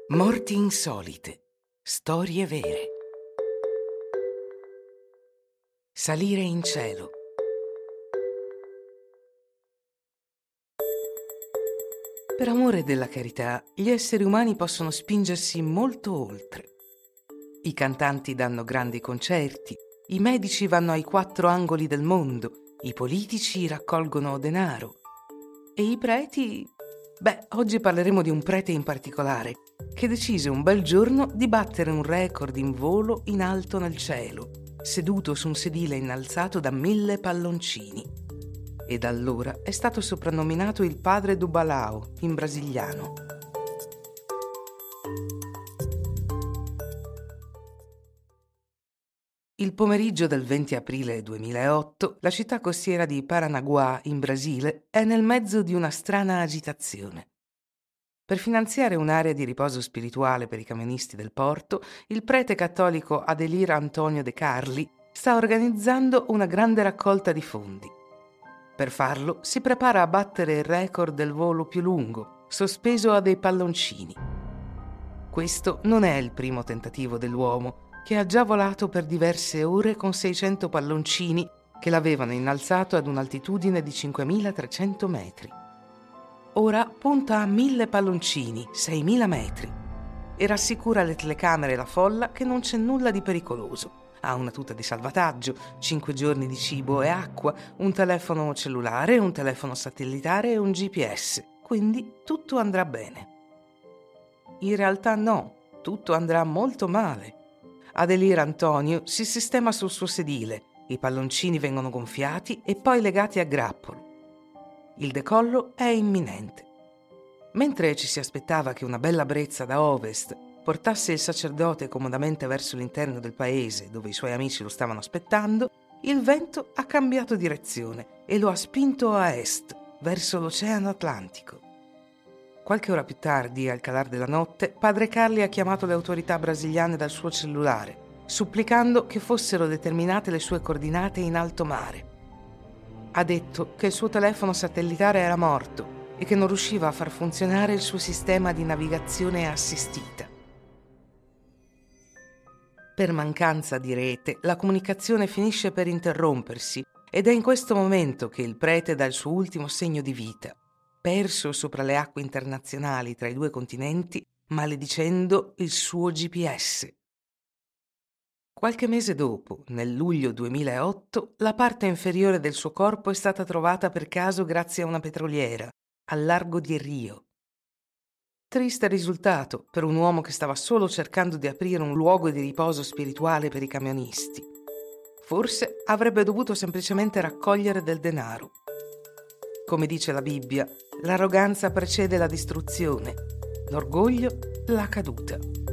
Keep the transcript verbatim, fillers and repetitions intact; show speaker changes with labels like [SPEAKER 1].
[SPEAKER 1] Morti insolite, storie vere. Salire in cielo. Per amore della carità, gli esseri umani possono spingersi molto oltre. I cantanti danno grandi concerti, i medici vanno ai quattro angoli del mondo, i politici raccolgono denaro. E i preti? Beh, oggi parleremo di un prete in particolare, che decise un bel giorno di battere un record in volo in alto nel cielo, seduto su un sedile innalzato da mille palloncini. E da allora è stato soprannominato il padre do Balao in brasiliano. Il pomeriggio del venti aprile duemilaotto, la città costiera di Paranaguá, in Brasile, è nel mezzo di una strana agitazione. Per finanziare un'area di riposo spirituale per i camionisti del porto, il prete cattolico Adelir Antonio De Carli sta organizzando una grande raccolta di fondi. Per farlo si prepara a battere il record del volo più lungo, sospeso a dei palloncini. Questo non è il primo tentativo dell'uomo, che ha già volato per diverse ore con seicento palloncini che l'avevano innalzato ad un'altitudine di cinquemilatrecento metri. Ora punta a mille palloncini, seimila metri, e rassicura le telecamere e la folla che non c'è nulla di pericoloso. Ha una tuta di salvataggio, cinque giorni di cibo e acqua, un telefono cellulare, un telefono satellitare e un G P S, quindi tutto andrà bene. In realtà no, tutto andrà molto male. Adelir Antonio si sistema sul suo sedile, i palloncini vengono gonfiati e poi legati a grappolo. Il decollo è imminente. Mentre ci si aspettava che una bella brezza da ovest portasse il sacerdote comodamente verso l'interno del paese, dove i suoi amici lo stavano aspettando, il vento ha cambiato direzione e lo ha spinto a est, verso l'Oceano Atlantico. Qualche ora più tardi, al calar della notte, padre Carli ha chiamato le autorità brasiliane dal suo cellulare, supplicando che fossero determinate le sue coordinate in alto mare. Ha detto che il suo telefono satellitare era morto e che non riusciva a far funzionare il suo sistema di navigazione assistita. Per mancanza di rete, la comunicazione finisce per interrompersi ed è in questo momento che il prete dà il suo ultimo segno di vita, perso sopra le acque internazionali tra i due continenti, maledicendo il suo G P S. Qualche mese dopo, nel luglio duemilaotto, la parte inferiore del suo corpo è stata trovata per caso grazie a una petroliera, al largo di Rio. Triste risultato per un uomo che stava solo cercando di aprire un luogo di riposo spirituale per i camionisti. Forse avrebbe dovuto semplicemente raccogliere del denaro. Come dice la Bibbia, l'arroganza precede la distruzione, l'orgoglio la caduta.